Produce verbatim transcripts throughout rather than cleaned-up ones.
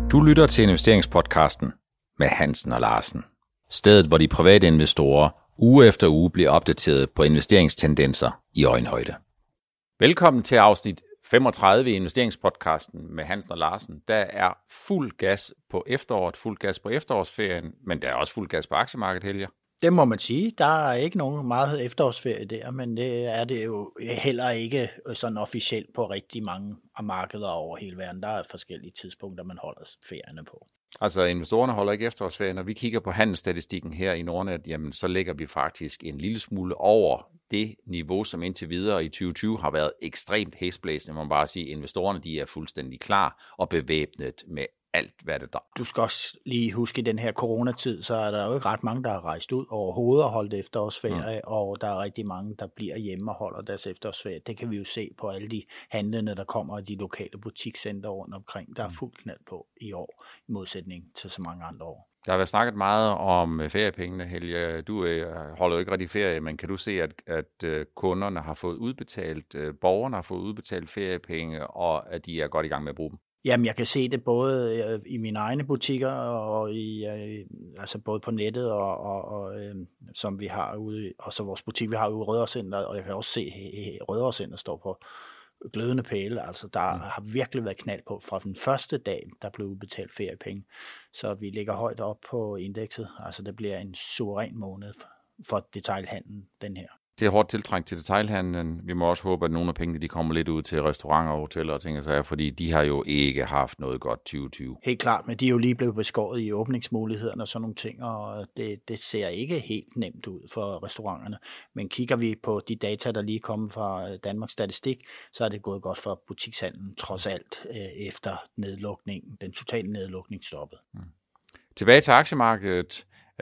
Du lytter til investeringspodcasten med Hansen og Larsen. Stedet, hvor de private investorer uge efter uge bliver opdateret på investeringstendenser i øjenhøjde. Velkommen til afsnit femogtredive i investeringspodcasten med Hansen og Larsen. Der er fuld gas på efteråret, fuld gas på efterårsferien, men der er også fuld gas på aktiemarkedet, Helge. Det må man sige. Der er ikke nogen meget efterårsferie der, men det er det jo heller ikke sådan officielt på rigtig mange markeder over hele verden. Der er forskellige tidspunkter, man holder ferierne på. Altså investorerne holder ikke efterårsferie. Når vi kigger på handelsstatistikken her i Nordnet, jamen så ligger vi faktisk en lille smule over det niveau, som indtil videre i tyve tyve har været ekstremt hæsblæsende. Man må bare sige, at investorerne de er fuldstændig klar og bevæbnet med alt, hvad det der. Du skal også lige huske, i den her coronatid, så er der jo ikke ret mange, der har rejst ud overhovedet og holdt efterårsferie, mm. og der er rigtig mange, der bliver hjemme og holder deres efterårsferie. Det kan vi jo se på alle de handlende, der kommer i de lokale butikscenter rundt omkring. Der er fuld knald på i år, i modsætning til så mange andre år. Der har været snakket meget om feriepengene, Helge. Du holder jo ikke rigtig ferie, men kan du se, at, at kunderne har fået udbetalt, borgerne har fået udbetalt feriepenge, og at de er godt i gang med at bruge dem? Jamen, jeg kan se det både i mine egne butikker, og i, altså både på nettet, og, og, og som vi har ude, og så vores butik, vi har ude i Rødovre, og jeg kan også se, at Rødovre står på glødende pæle. Altså, der mm. har virkelig været knald på fra den første dag, der blev udbetalt feriepenge. Så vi ligger højt op på indekset. Altså, det bliver en suveræn måned for detailhandlen, den her. Det er hårdt tiltrængt til detailhandlen. Vi må også håbe, at nogle af pengene de kommer lidt ud til restauranter og hoteller og ting og sager, fordi de har jo ikke haft noget godt tyve tyve. Helt klart, men de er jo lige blevet beskåret i åbningsmulighederne og sådan nogle ting, og det, det ser ikke helt nemt ud for restauranterne. Men kigger vi på de data, der lige er kommet fra Danmarks Statistik, så er det gået godt for butikshandlen trods alt efter nedlukningen, den totale nedlukning stoppet. Hmm. Tilbage til aktiemarkedet.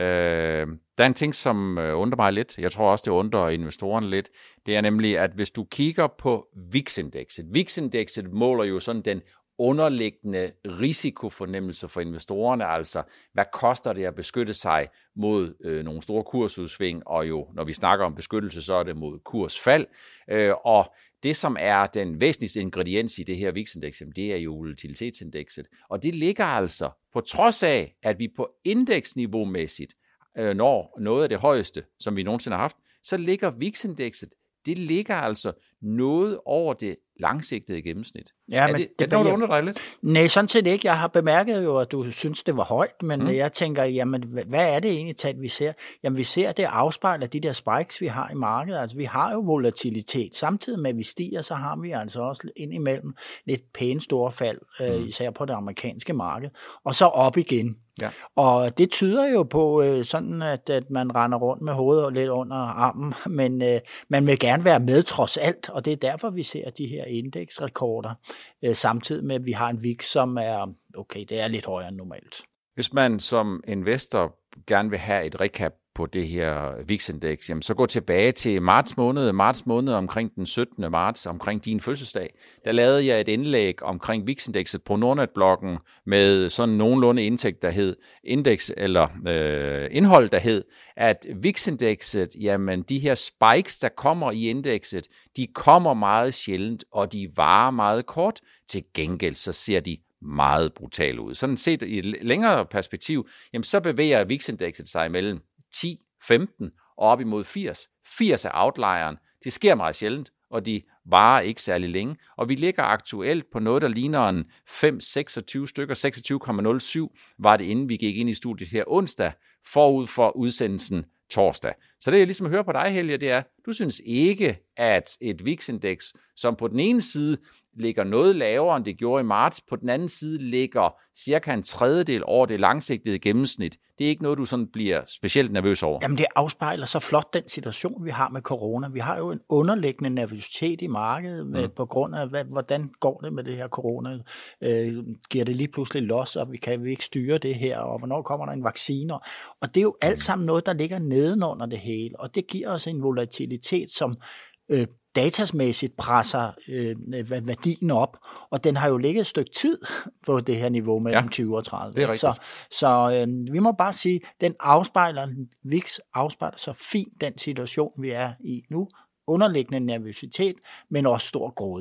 Øh, der er en ting, som undrer mig lidt. Jeg tror også, det undrer investorerne lidt. Det er nemlig, at hvis du kigger på V I X-indekset. V I X-indekset måler jo sådan den underliggende risikofornemmelse for investorerne, altså hvad koster det at beskytte sig mod øh, nogle store kursudsving, og jo, når vi snakker om beskyttelse, så er det mod kursfald, øh, og det, som er den væsentligste ingrediens i det her V I X-indeks, det er jo volatilitetsindekset, og det ligger altså, på trods af, at vi på indeksniveau-mæssigt øh, når noget af det højeste, som vi nogensinde har haft, så ligger V I X-indekset, det ligger altså noget over det langsigtede gennemsnit. Ja, er men det, det er det noget, dig lidt? Nej, sådan set ikke. Jeg har bemærket jo, at du synes, det var højt, men mm. jeg tænker, jamen, hvad er det egentlig, at vi ser? Jamen, vi ser, at det afspejler de der spikes, vi har i markedet. Altså, vi har jo volatilitet. Samtidig med, at vi stiger, så har vi altså også indimellem lidt pæne store fald, mm. øh, især på det amerikanske marked, og så op igen. Ja. Og det tyder jo på øh, sådan, at, at man render rundt med hovedet lidt under armen, men øh, man vil gerne være med trods alt, og det er derfor, vi ser de her indeksrekorder, øh, samtidig med, at vi har en V I X, som er, okay, det er lidt højere end normalt. Hvis man som investor gerne vil have et recap på det her V I X-indeks, jamen så gå tilbage til marts måned, marts måned omkring den syttende marts, omkring din fødselsdag. Der lavede jeg et indlæg omkring V I X-indekset på Nordnet-bloggen med sådan nogenlunde indtægt, der hed indeks, eller øh, indhold, der hed, at V I X-indekset, jamen de her spikes, der kommer i indekset, de kommer meget sjældent, og de varer meget kort. Til gengæld så ser de meget brutal ud. Sådan set i et længere perspektiv, jamen så bevæger V I X-indekset sig imellem ti, femten og op imod firs. firs er outlieren. Det sker meget sjældent, og de varer ikke særlig længe. Og vi ligger aktuelt på noget, der ligner en fem seksogtyve stykker. seksogtyve komma nul syv var det, inden vi gik ind i studiet her onsdag, forud for udsendelsen torsdag. Så det jeg ligesom hører på dig, Helge, det er, du synes ikke, at et V I X-indeks, som på den ene side ligger noget lavere, end det gjorde i marts. På den anden side ligger cirka en tredjedel over det langsigtede gennemsnit. Det er ikke noget, du sådan bliver specielt nervøs over. Jamen, det afspejler så flot den situation, vi har med corona. Vi har jo en underliggende nervøsitet i markedet med, mm. på grund af, hvad, hvordan går det med det her corona? Øh, giver det lige pludselig los, og vi kan vi ikke styre det her, og hvornår kommer der en vaccine? Og det er jo alt sammen noget, der ligger nedenunder det hele, og det giver os en volatilitet, som øh, datasmæssigt presser øh, værdien op, og den har jo ligget et stykke tid på det her niveau mellem ja, tyve og tredive. Det er så så øh, vi må bare sige, den afspejler, V I X afspejler så fint den situation, vi er i nu. Underliggende nervøsitet, men også stor grådighed.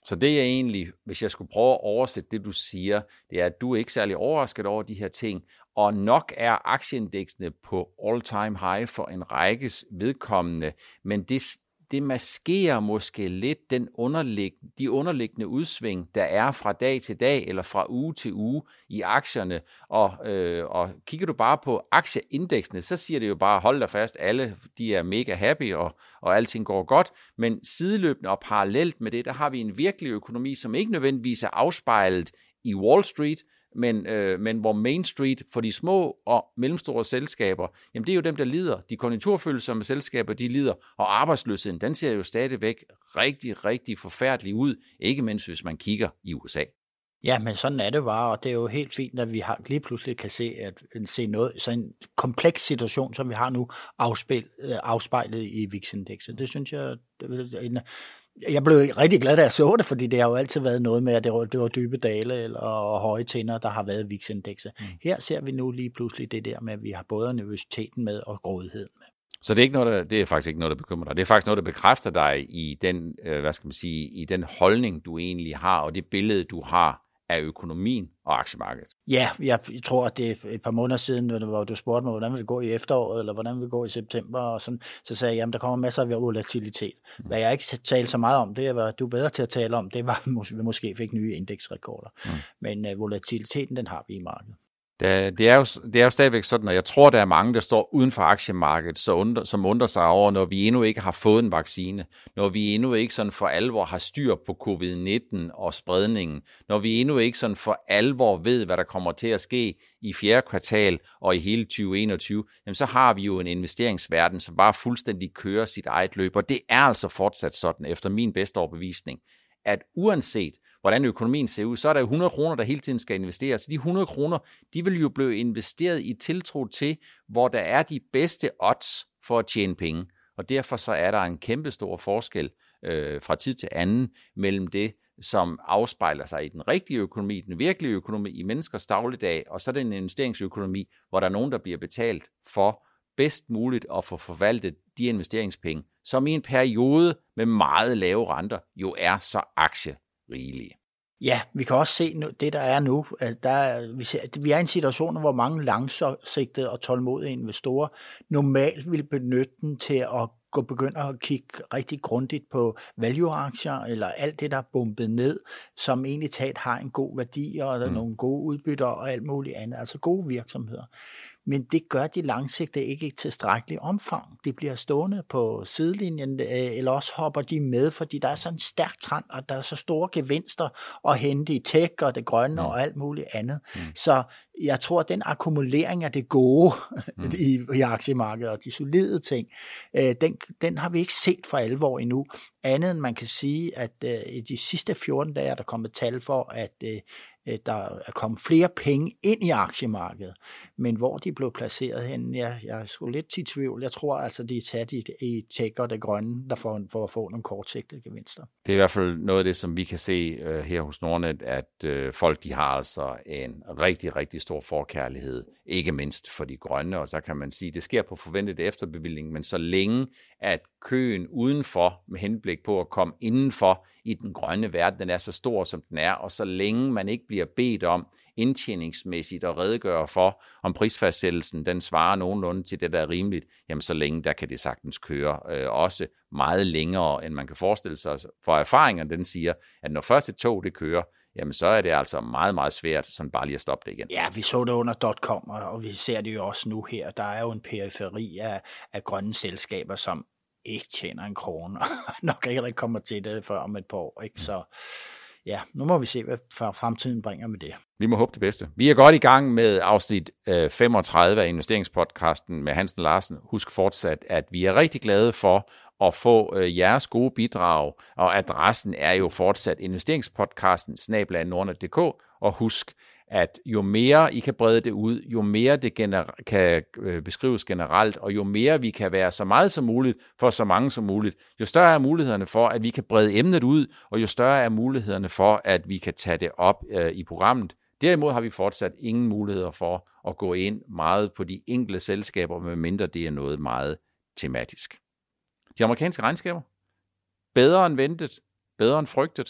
Så det er egentlig, hvis jeg skulle prøve at oversætte det, du siger, det er, at du er ikke særlig overrasket over de her ting, og nok er aktieindeksene på all-time high for en række vedkommende, men det, det maskerer måske lidt den underlig, de underliggende udsving, der er fra dag til dag eller fra uge til uge i aktierne. Og, øh, og kigger du bare på aktieindeksene, så siger det jo bare, hold da fast, alle de er mega happy, og, og alting går godt. Men sideløbende og parallelt med det, der har vi en virkelig økonomi, som ikke nødvendigvis er afspejlet i Wall Street, Men, øh, men hvor Main Street for de små og mellemstore selskaber, jamen det er jo dem, der lider. De konjunkturfølsomme selskaber, de lider, og arbejdsløsheden, den ser jo stadigvæk rigtig, rigtig forfærdelig ud, ikke mindst hvis man kigger i U S A. Ja, men sådan er det bare, og det er jo helt fint, at vi har, lige pludselig kan se, at, se noget, så en kompleks situation, som vi har nu, afspil, afspejlet i V I X-indekset. Det synes jeg, det er en, jeg blev rigtig glad, da jeg så det, fordi det har jo altid været noget med, at det var, det var dybe dale eller, og høje tænder, der har været V I X-indekset. Mm. Her ser vi nu lige pludselig det der med, at vi har både nervøsiteten med og grådigheden med. Så det er, ikke noget, der, det er faktisk ikke noget, der bekymrer dig. Det er faktisk noget, der bekræfter dig i den, øh, hvad skal man sige, i den holdning, du egentlig har, og det billede, du har af økonomien og aktiemarkedet. Ja, jeg tror, at det er et par måneder siden, hvor du spurgte mig, hvordan vil det gå i efteråret, eller hvordan vil det gå i september, og sådan, så sagde jeg, jamen der kommer masser af volatilitet. Mm. Hvad jeg ikke talte så meget om, det er, du er bedre til at tale om, det var, at vi måske fik nye indeksrekorder. Mm. Men uh, volatiliteten, den har vi i markedet. Det, det, er jo, det er jo stadigvæk sådan, og jeg tror, der er mange, der står uden for aktiemarkedet, så undrer, som undrer sig over, når vi endnu ikke har fået en vaccine, når vi endnu ikke sådan for alvor har styr på covid nitten og spredningen, når vi endnu ikke sådan for alvor ved, hvad der kommer til at ske i fjerde kvartal og i hele tyve enogtyve, jamen så har vi jo en investeringsverden, som bare fuldstændig kører sit eget løb, og det er altså fortsat sådan, efter min bedste overbevisning, at uanset hvordan økonomien ser ud, så er der hundrede kroner, der hele tiden skal investeres. Så de hundrede kroner, de vil jo blive investeret i tiltro til, hvor der er de bedste odds for at tjene penge. Og derfor så er der en kæmpe stor forskel øh, fra tid til anden mellem det, som afspejler sig i den rigtige økonomi, den virkelige økonomi, i menneskers dagligdag, og så er det en investeringsøkonomi, hvor der er nogen, der bliver betalt for bedst muligt at få forvaltet de investeringspenge, som i en periode med meget lave renter jo er så aktierigelige. Ja, vi kan også se nu, det, der er nu. At der er, vi, ser, vi er i en situation, hvor mange langsigtede og tålmodige investorer normalt vil benytte den til at gå begynde at kigge rigtig grundigt på value-aktier, eller alt det, der er bumpet ned, som egentlig talt har en god værdi, og der er mm. nogle gode udbytter og alt muligt andet, altså gode virksomheder. Men det gør de langsigtede ikke i tilstrækkelig omfang. De bliver stående på sidelinjen, eller også hopper de med, fordi der er sådan en stærk trend, og der er så store gevinster at hente i tech og det grønne mm. og alt muligt andet. Mm. Så jeg tror, at den akkumulering af det gode mm. i, i aktiemarkedet og de solide ting, øh, den, den har vi ikke set for alvor endnu. Andet end man kan sige, at øh, i de sidste fjorten dage er der kommet tal for, at øh, der er kommet flere penge ind i aktiemarkedet, men hvor de blev placeret hen, jeg, jeg er sgu lidt til tvivl. Jeg tror altså, de er taget i, i tech og det grønne, der får, for at få nogle kortsigtede gevinster. Det er i hvert fald noget af det, som vi kan se uh, her hos Nordnet, at uh, folk de har altså en rigtig, rigtig stor forkærlighed, ikke mindst for de grønne, og så kan man sige, det sker på forventet efterbevilling, men så længe at køen udenfor med henblik på at komme indenfor i den grønne verden, den er så stor, som den er, og så længe man ikke bliver bedt om indtjeningsmæssigt at redegøre for, om prisfastsættelsen den svarer nogenlunde til det, der er rimeligt, jamen så længe der kan det sagtens køre øh, også meget længere, end man kan forestille sig. For erfaringen den siger, at når første tog det kører, jamen så er det altså meget, meget svært sådan bare lige at stoppe det igen. Ja, vi så det under dot-com, og vi ser det jo også nu her. Der er jo en periferi af, af grønne selskaber, som ikke tjener en krone, nok ikke rigtig kommer til det før om et par år. Ikke? Så ja, nu må vi se, hvad fremtiden bringer med det. Vi må håbe det bedste. Vi er godt i gang med afsnit øh, femogtredive af investeringspodcasten med Hansen Larsen. Husk fortsat, at vi er rigtig glade for at få øh, jeres gode bidrag, og adressen er jo fortsat investeringspodcasten snabel-a nordnet punktum d k, og husk, at jo mere I kan brede det ud, jo mere det gener- kan øh, beskrives generelt, og jo mere vi kan være så meget som muligt for så mange som muligt, jo større er mulighederne for, at vi kan brede emnet ud, og jo større er mulighederne for, at vi kan tage det op øh, i programmet. Derimod har vi fortsat ingen muligheder for at gå ind meget på de enkelte selskaber, medmindre det er noget meget tematisk. De amerikanske regnskaber, bedre end ventet, bedre end frygtet,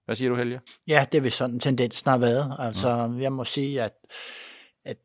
Hvad siger du, Helge? Ja, det vil sådan tendensen har været. Altså, mm. jeg må sige, at, at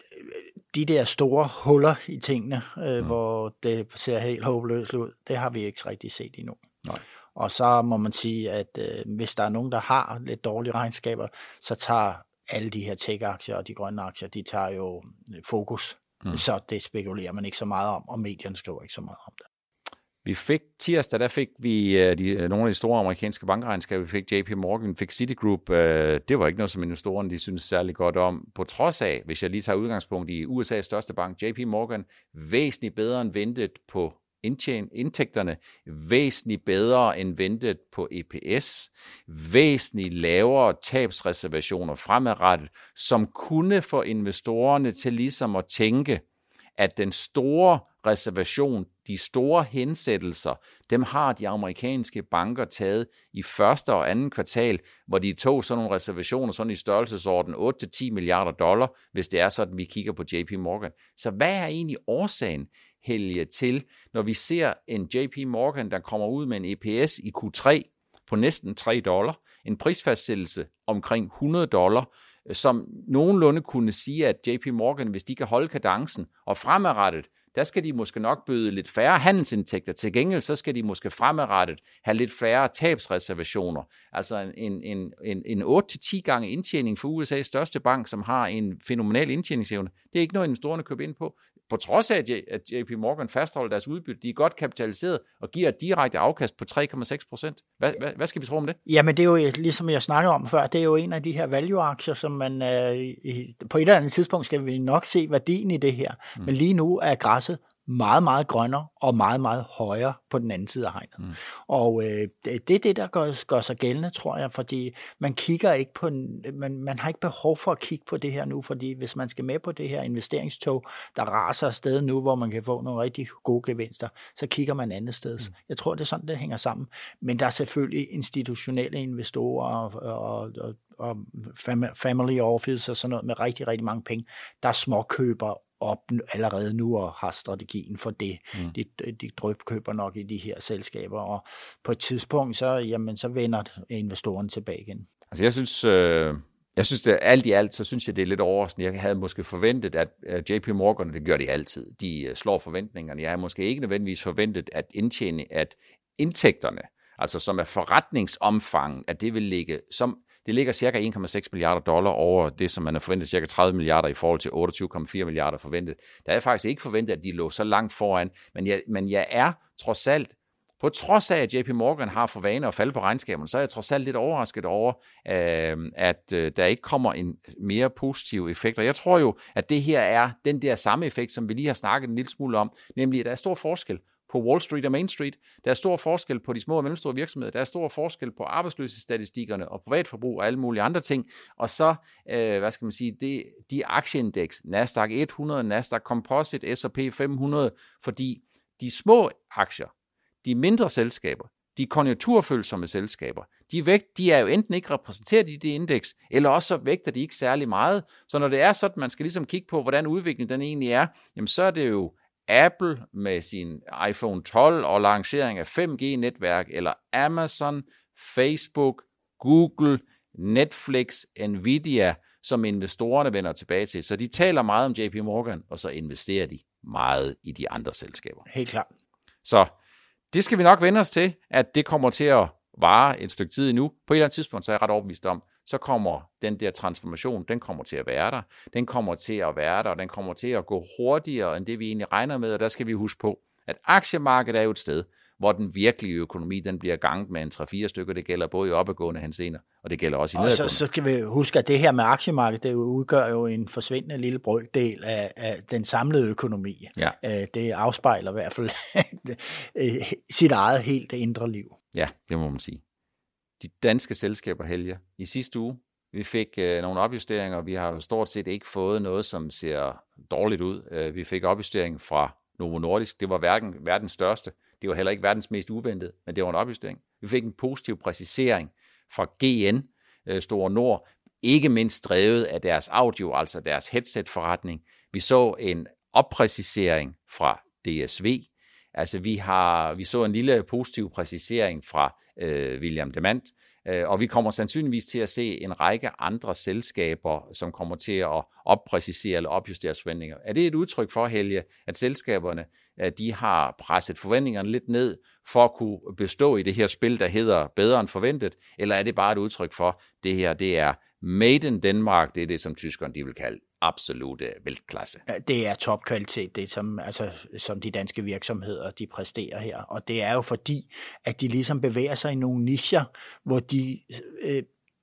de der store huller i tingene, øh, mm. hvor det ser helt håbløst ud, det har vi ikke rigtig set endnu. Nej. Og så må man sige, at øh, hvis der er nogen, der har lidt dårlige regnskaber, så tager alle de her tech-aktier og de grønne aktier, de tager jo fokus. Mm. Så det spekulerer man ikke så meget om, og medierne skriver ikke så meget om det. Vi fik tirsdag, der fik vi uh, de, nogle af de store amerikanske bankregnskaber. Vi fik J P Morgan, vi fik Citigroup. Uh, det var ikke noget, som investorerne de synes særlig godt om. På trods af, hvis jeg lige tager udgangspunkt i U S A's største bank, J P Morgan, væsentligt bedre end ventet på indtjen, indtægterne, væsentligt bedre end ventet på E P S, væsentligt lavere tabsreservationer fremadrettet, som kunne få investorerne til ligesom at tænke, at den store reservation, de store hensættelser, dem har de amerikanske banker taget i første og anden kvartal, hvor de tog sådan nogle reservationer sådan i størrelsesorden otte til ti milliarder dollar, hvis det er sådan, vi kigger på J P Morgan. Så hvad er egentlig årsagen, Helge, til, når vi ser en J P Morgan, der kommer ud med en E P S i Q tre på næsten tre dollar, en prisfastsættelse omkring hundrede dollar, som nogenlunde kunne sige, at J P Morgan, hvis de kan holde kadencen og fremadrettet, der skal de måske nok bøde lidt færre handelsindtægter. Til gengæld så skal de måske fremadrettet have lidt færre tabsreservationer. Altså en, en, en, en otte til ti gange indtjening for U S A's største bank, som har en fænomenal indtjeningsevne. Det er ikke noget, investorerne køber ind på. På trods af, at J P Morgan fastholder deres udbytte, de er godt kapitaliseret og giver et direkte afkast på tre komma seks procent. Hvad, hvad, hvad skal vi tro om det? Jamen det er jo, ligesom jeg snakkede om før, det er jo en af de her value-aktier, som man øh, på et eller andet tidspunkt skal vi nok se værdien i det her. Mm. Men lige nu er græsset meget, meget grønnere og meget, meget højere på den anden side af hegnet. Mm. Og øh, det er det, der gør, gør sig gældende, tror jeg, fordi man kigger ikke på, man, man har ikke behov for at kigge på det her nu, fordi hvis man skal med på det her investeringstog, der raser afsted nu, hvor man kan få nogle rigtig gode gevinster, så kigger man andet sted. Mm. Jeg tror, det er sådan, det hænger sammen. Men der er selvfølgelig institutionelle investorer og, og, og, og family office og sådan noget med rigtig, rigtig mange penge, der er småkøber op allerede nu og har strategien for det. Mm. De, de drøbkøber nok i de her selskaber, og på et tidspunkt, så, jamen, så vender investoren tilbage igen. Altså jeg synes, øh, jeg synes at alt i alt, så synes jeg, det er lidt overraskende. Jeg havde måske forventet, at J P Morgan, det gør de altid, de slår forventningerne. Jeg havde måske ikke nødvendigvis forventet, at indtjene, at indtægterne, altså som er forretningsomfang, at det vil ligge som det ligger cirka en komma seks milliarder dollar over det, som man har forventet, cirka tredive milliarder i forhold til otteogtyve komma fire milliarder forventet. Der er faktisk ikke forventet, at de lå så langt foran, men jeg, men jeg er trods alt, på trods af, at J P Morgan har for vane at falde på regnskaberne, så er jeg trods alt lidt overrasket over, øh, at øh, der ikke kommer en mere positiv effekt. Og jeg tror jo, at det her er den der samme effekt, som vi lige har snakket en lille smule om, nemlig at der er stor forskel på Wall Street og Main Street. Der er stor forskel på de små og mellemstore virksomheder. Der er stor forskel på arbejdsløshedsstatistikkerne og privatforbrug og alle mulige andre ting. Og så, øh, hvad skal man sige, det, de aktieindeks, Nasdaq hundrede, Nasdaq Composite, S og P fem hundrede, fordi de små aktier, de mindre selskaber, de konjunkturfølsomme selskaber, de, vægt, de er jo enten ikke repræsenteret i det indeks, eller også så vægter de ikke særlig meget. Så når det er sådan, man skal ligesom kigge på, hvordan udviklingen den egentlig er, jamen så er det jo Apple med sin iPhone tolv og lancering af fem G-netværk, eller Amazon, Facebook, Google, Netflix, Nvidia, som investorerne vender tilbage til. Så de taler meget om J P Morgan, og så investerer de meget i de andre selskaber. Helt klart. Så det skal vi nok vende os til, at det kommer til at vare et stykke tid endnu. På et eller andet tidspunkt, så er jeg ret overbevist om, så kommer den der transformation, den kommer til at være der. Den kommer til at være der, og den kommer til at gå hurtigere, end det vi egentlig regner med. Og der skal vi huske på, at aktiemarkedet er jo et sted, hvor den virkelige økonomi, den bliver ganget med en tre fire stykker. Det gælder både i opadgående henseender, og det gælder også i nedadgående. Og så, så skal vi huske, at det her med aktiemarkedet, det udgør jo en forsvindende lille brøkdel af, af den samlede økonomi. Ja. Det afspejler i hvert fald sit eget helt indre liv. Ja, det må man sige. De danske selskaber, Helge, i sidste uge, vi fik øh, nogle opjusteringer, og vi har jo stort set ikke fået noget, som ser dårligt ud. Øh, vi fik opjustering fra Novo Nordisk. Det var hverken verdens største. Det var heller ikke verdens mest uventede, men det var en opjustering. Vi fik en positiv præcisering fra G N, øh, Store Nord, ikke mindst drevet af deres audio, altså deres headset-forretning. Vi så en oppræcisering fra D S V. Altså vi har, vi så en lille positiv præcisering fra øh, William Demant, Og vi kommer sandsynligvis til at se en række andre selskaber, som kommer til at oppræcisere eller opjustere forventninger. Er det et udtryk for, Helge, at selskaberne de har presset forventningerne lidt ned for at kunne bestå i det her spil, der hedder bedre end forventet? Eller er det bare et udtryk for, det her det er made in Denmark, det er det, som tyskerne de vil kalde absolute Weltklasse? Det er topkvalitet, det som, altså, som de danske virksomheder de præsterer her. Og det er jo fordi, at de ligesom bevæger sig i nogle nicher, hvor de øh,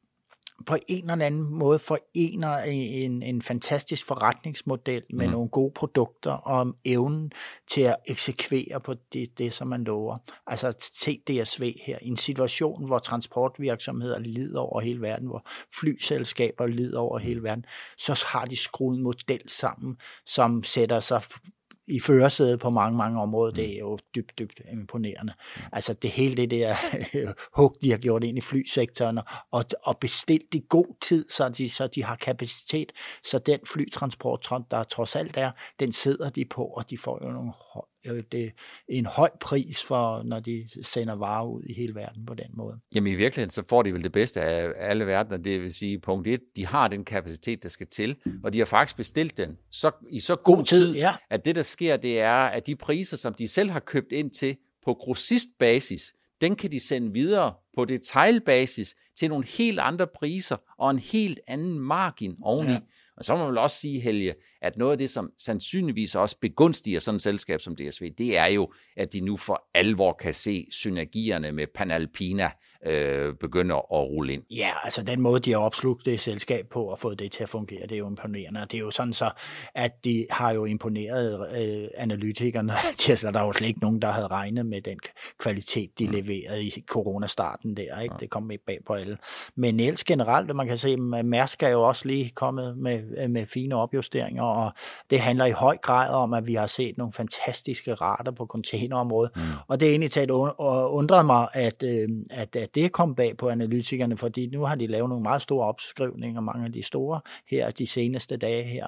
på en eller anden måde forener en, en fantastisk forretningsmodel med mm. nogle gode produkter og evnen til at eksekvere på det, det, som man lover. Altså se D S V her, i en situation, hvor transportvirksomheder lider over hele verden, hvor flyselskaber lider over hele verden, så har de skruet en model sammen, som sætter sig i førersædet på mange, mange områder. Det er jo dybt, dybt imponerende. Altså det hele det der hug, de har gjort ind i flysektoren, og, og bestilt i god tid, så de, så de har kapacitet, så den flytransport, der trods alt er, den sidder de på, og de får jo nogle det er en høj pris for, når de sender varer ud i hele verden på den måde. Jamen i virkeligheden, så får de vel det bedste af alle verdener, det vil sige punkt et, de har den kapacitet, der skal til, og de har faktisk bestilt den så, i så god, god tid, tid ja. At det der sker, det er, at de priser, som de selv har købt ind til på grossistbasis, den kan de sende videre på detailbasis til nogle helt andre priser og en helt anden margin oveni. Ja. Og så må man vel også sige, Helge, at noget af det, som sandsynligvis også begunstiger sådan et selskab som D S V, det er jo, at de nu for alvor kan se synergierne med Panalpina øh, begynder at rulle ind. Ja, altså den måde, de har opslugt det selskab på og fået det til at fungere, det er jo imponerende. Og det er jo sådan så, at de har jo imponeret øh, analytikerne. Altså, der er jo slet ikke nogen, der havde regnet med den kvalitet, de mm. leverede i coronastarten der. Ikke? Ja. Det kom ikke bag på alle. Men ellers generelt, man kan se, at Mærsk er jo også lige kommet med, med fine opjusteringer, og det handler i høj grad om, at vi har set nogle fantastiske rater på containerområdet. Mm. Og det er egentlig taget undret mig, at, at, at det kom bag på analytikerne, fordi nu har de lavet nogle meget store opskrivninger, mange af de store her de seneste dage her.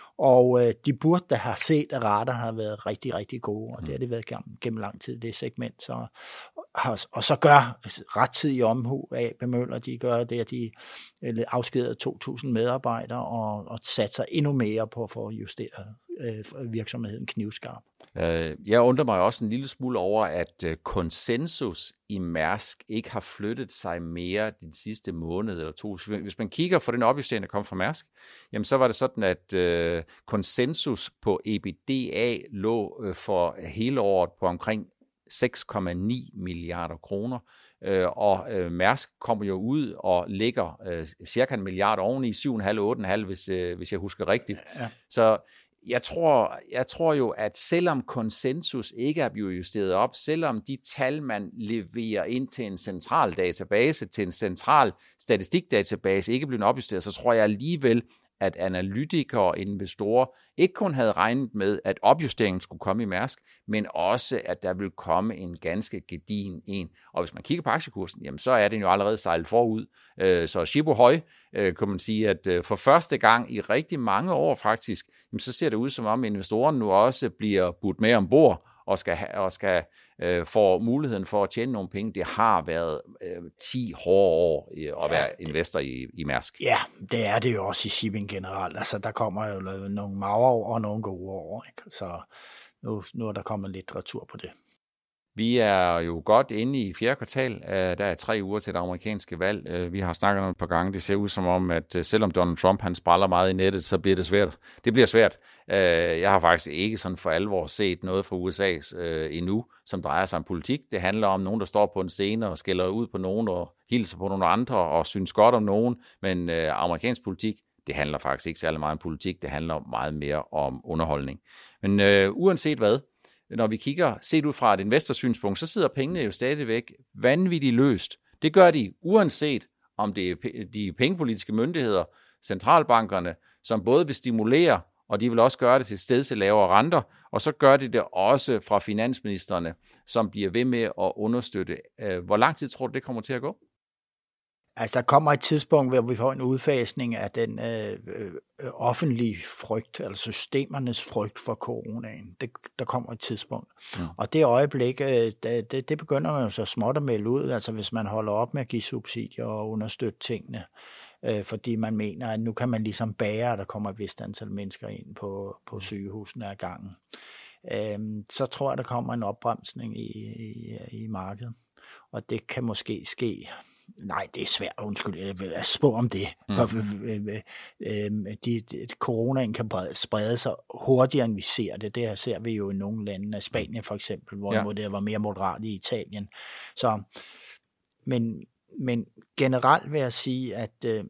Og øh, de burde da have set, at rater har været rigtig, rigtig gode, og det har det været gennem, gennem lang tid, det segment. Så, og, og så gør rettidig omhu af Bemøller, de gør det, at de afskeder to tusind medarbejdere og, og satser endnu mere på at få justeret øh, virksomheden knivskarp. Jeg undrer mig også en lille smule over, at konsensus i Mærsk ikke har flyttet sig mere den sidste måned eller to. Hvis man kigger for den opjustering, der kom fra Mærsk, jamen så var det sådan, at øh, konsensus på E B D A lå øh, for hele året på omkring seks komma ni milliarder kroner, øh, og øh, Mærsk kommer jo ud og ligger øh, cirka en milliard oveni, syv komma fem otte komma fem, hvis, øh, hvis jeg husker rigtigt. Ja. Så Jeg tror, jeg tror jo, at selvom konsensus ikke er blevet justeret op, selvom de tal, man leverer ind til en central database, til en central statistikdatabase, ikke er blevet opjusteret, så tror jeg alligevel, at analytikere og investorer ikke kun havde regnet med, at opjusteringen skulle komme i Mærsk, men også, at der ville komme en ganske gedigen en. Og hvis man kigger på aktiekursen, jamen, så er den jo allerede sejlet forud. Så Shibu Høj, kan man sige, at for første gang i rigtig mange år faktisk, så ser det ud som om investorerne nu også bliver budt med ombord, og skal, og skal øh, få muligheden for at tjene nogle penge. Det har været øh, ti hårde år øh, at være ja. investor i, i Mærsk. Ja, det er det jo også i shipping generelt. Altså, der kommer jo nogle magre år og nogle gode år. Ikke? Så nu, nu er der kommet lidt retur på det. Vi er jo godt inde i fjerde kvartal. Der er tre uger til det amerikanske valg. Vi har snakket om et par gange. Det ser ud som om, at selvom Donald Trump han spræller meget i nettet, så bliver det svært. Det bliver svært. Jeg har faktisk ikke sådan for alvor set noget fra U S A endnu, som drejer sig om politik. Det handler om nogen, der står på en scene og skælder ud på nogen og hilser på nogle andre og synes godt om nogen. Men amerikansk politik, det handler faktisk ikke særlig meget om politik. Det handler meget mere om underholdning. Men øh, uanset hvad, når vi kigger set ud fra et investorsynspunkt, så sidder pengene jo stadigvæk vanvittigt løst. Det gør de uanset om det er de pengepolitiske myndigheder, centralbankerne, som både vil stimulere, og de vil også gøre det til steds til lavere renter, og så gør de det også fra finansministerne, som bliver ved med at understøtte. Hvor lang tid tror du, det kommer til at gå? Altså, der kommer et tidspunkt, hvor vi får en udfasning af den øh, øh, offentlige frygt, altså systemernes frygt for coronaen. Det, der kommer et tidspunkt. Mm. Og det øjeblik, øh, det, det begynder man jo så småt at melde ud, altså hvis man holder op med at give subsidier og understøtte tingene, øh, fordi man mener, at nu kan man ligesom bære, at der kommer et vist antal mennesker ind på, på sygehusene ad gangen. Øh, så tror jeg, der kommer en opbremsning i, i, i markedet. Og det kan måske ske. Nej, det er svært, undskyld, at spå om det. Mm. For øh, øh, de, de, coronaen kan sprede sig hurtigere, end vi ser det. Det ser vi jo i nogle lande, Spanien for eksempel, hvor ja. det var mere moderat i Italien. Så, men, men generelt vil jeg sige, at øh,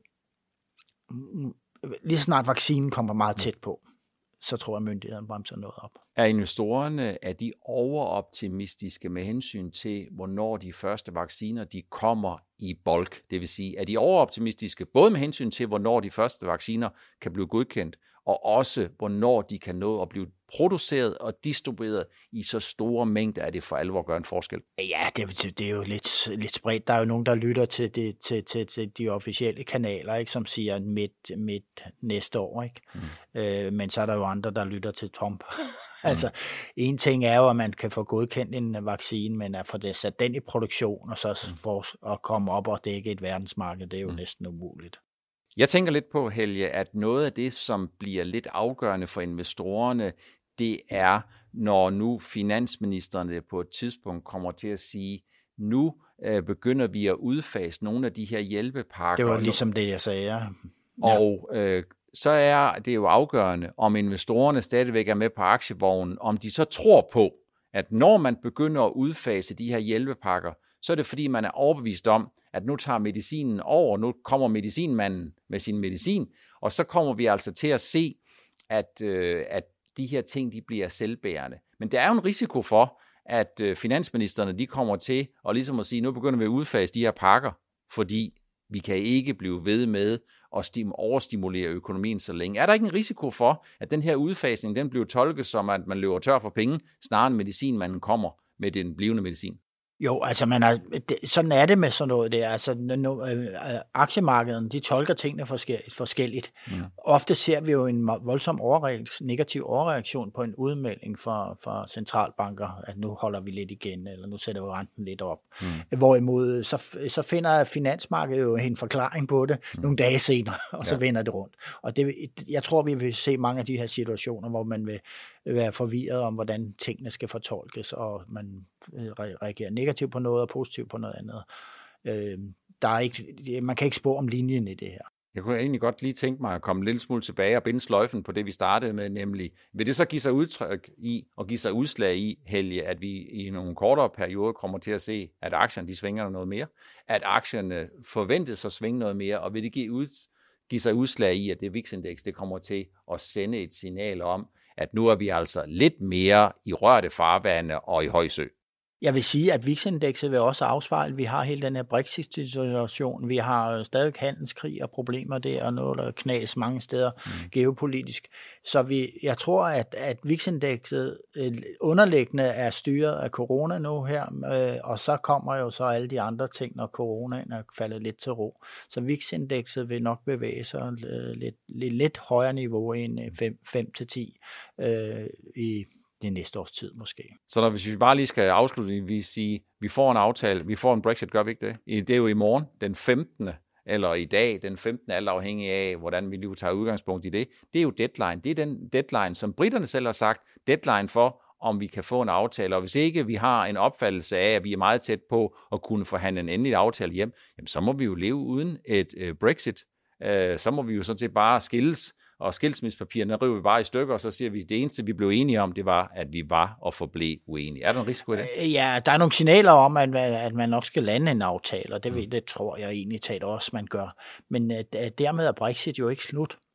lige snart vaccinen kommer meget tæt på, så tror jeg, at myndighederne bremser noget op. Er investorerne, er de overoptimistiske med hensyn til, hvornår de første vacciner de kommer i bulk? Det vil sige, er de overoptimistiske både med hensyn til, hvornår de første vacciner kan blive godkendt, og også hvornår de kan nå at blive produceret og distribueret i så store mængder, at det for alvor gør en forskel? Ja, det, det er jo lidt, lidt spredt. Der er jo nogen, der lytter til, det, til, til, til de officielle kanaler, ikke, som siger midt, midt næste år. Ikke? Mm. Øh, men så er der jo andre, der lytter til Trump. Altså, mm. en ting er jo, at man kan få godkendt en vaccine, men at få det sat den i produktion, og så for at komme op og dække et verdensmarked, det er jo mm. næsten umuligt. Jeg tænker lidt på, Helge, at noget af det, som bliver lidt afgørende for investorerne, det er, når nu finansministerne på et tidspunkt kommer til at sige, nu øh, begynder vi at udfase nogle af de her hjælpepakker. Det var ligesom det, jeg sagde, ja. Og øh, så er det jo afgørende, om investorerne stadigvæk er med på aktievognen, om de så tror på, at når man begynder at udfase de her hjælpepakker, så er det fordi, man er overbevist om, at nu tager medicinen over, nu kommer medicinmanden med sin medicin, og så kommer vi altså til at se, at, øh, at de her ting de bliver selvbærende. Men der er jo en risiko for, at øh, finansministerne de kommer til og ligesom at sige, nu begynder vi at udfase de her pakker, fordi vi kan ikke blive ved med at stim- overstimulere økonomien så længe. Er der ikke en risiko for, at den her udfasning den bliver tolket som, at man løber tør for penge, snarere end medicinmanden kommer med den blivende medicin? Jo, altså man er, det, sådan er det med sådan noget der. Altså no, øh, aktiemarkedet, de tolker tingene forskelligt. forskelligt. Mm. Ofte ser vi jo en voldsom overreaktion, negativ overreaktion på en udmelding fra, fra centralbanker, at nu holder vi lidt igen, eller nu sætter vi renten lidt op. Mm. Hvorimod så, så finder finansmarkedet jo en forklaring på det mm. nogle dage senere, og så ja. vender det rundt. Og det, jeg tror, vi vil se mange af de her situationer, hvor man vil være forvirret om, hvordan tingene skal fortolkes, og man reagerer negativt på noget og positivt på noget andet. Øh, der er ikke, man kan ikke spå om linjen i det her. Jeg kunne egentlig godt lige tænke mig at komme en lille smule tilbage og binde sløjfen på det, vi startede med, nemlig, vil det så give sig udtryk i og give sig udslag i, Helge, at vi i nogle kortere perioder kommer til at se, at aktierne de svinger noget mere, at aktierne forventes at svinge noget mere, og vil det give, ud, give sig udslag i, at det V I X-indeks det kommer til at sende et signal om, at nu er vi altså lidt mere i rørte farvande og i høj sø? Jeg vil sige, at V I X-indekset vil også afspejle, at vi har hele den her Brexit-situation, vi har stadig handelskrig og problemer der, og noget, der knas mange steder mm. geopolitisk. Så vi, jeg tror, at, at V I X-indekset underliggende er styret af corona nu her, og så kommer jo så alle de andre ting, når coronaen er faldet lidt til ro. Så V I X-indekset vil nok bevæge sig lidt, lidt, lidt højere niveau end fem til ti øh, i det næste års tid måske. Så når, hvis vi bare lige skal afslutningsvis sige, vi får en aftale, vi får en Brexit, gør vi ikke det? Det er jo i morgen, den femtende eller i dag, den femtende alt afhængig af, hvordan vi lige tager udgangspunkt i det. Det er jo deadline. Det er den deadline, som britterne selv har sagt, deadline for, om vi kan få en aftale. Og hvis ikke vi har en opfattelse af, at vi er meget tæt på at kunne forhandle en endelig aftale hjem, jamen, så må vi jo leve uden et øh, Brexit. Øh, så må vi jo sådan set bare skilles, og skilsmissepapirerne river vi bare i stykker, og så siger vi, at det eneste, vi blev enige om, det var, at vi var og forblev uenige. Er der en risiko i det? Ja, der er nogle signaler om, at, at man nok skal lande en aftale, og det, mm. det tror jeg egentlig talt også, man gør. Men uh, dermed er Brexit jo ikke slut.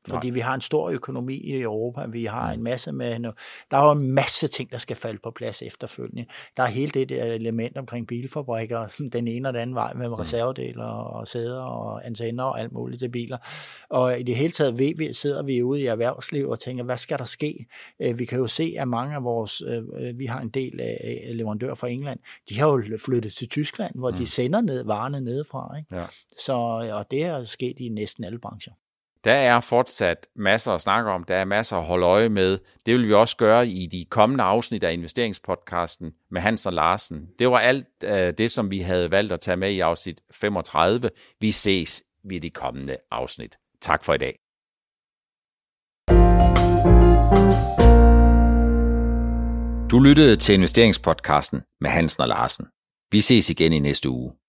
Fordi Nej. vi har en stor økonomi i Europa, vi har en masse med, der er jo en masse ting, der skal falde på plads efterfølgende. Der er hele det der element omkring bilfabrikker, den ene og den anden vej med reservedele og sæder og antenner og alt muligt til biler. Og i det hele taget ved vi, sidder vi ude i erhvervsliv og tænker, hvad skal der ske? Vi kan jo se, at mange af vores, vi har en del af leverandører fra England, de har jo flyttet til Tyskland, hvor mm. de sender ned varerne nedefra. Ikke? Ja. Så, og det er sket i næsten alle brancher. Der er fortsat masser at snakke om, der er masser at holde øje med. Det vil vi også gøre i de kommende afsnit af investeringspodcasten med Hans og Larsen. Det var alt uh, det, som vi havde valgt at tage med i afsnit femogtredive. Vi ses ved de kommende afsnit. Tak for i dag. Du lyttede til investeringspodcasten med Hansen og Larsen. Vi ses igen i næste uge.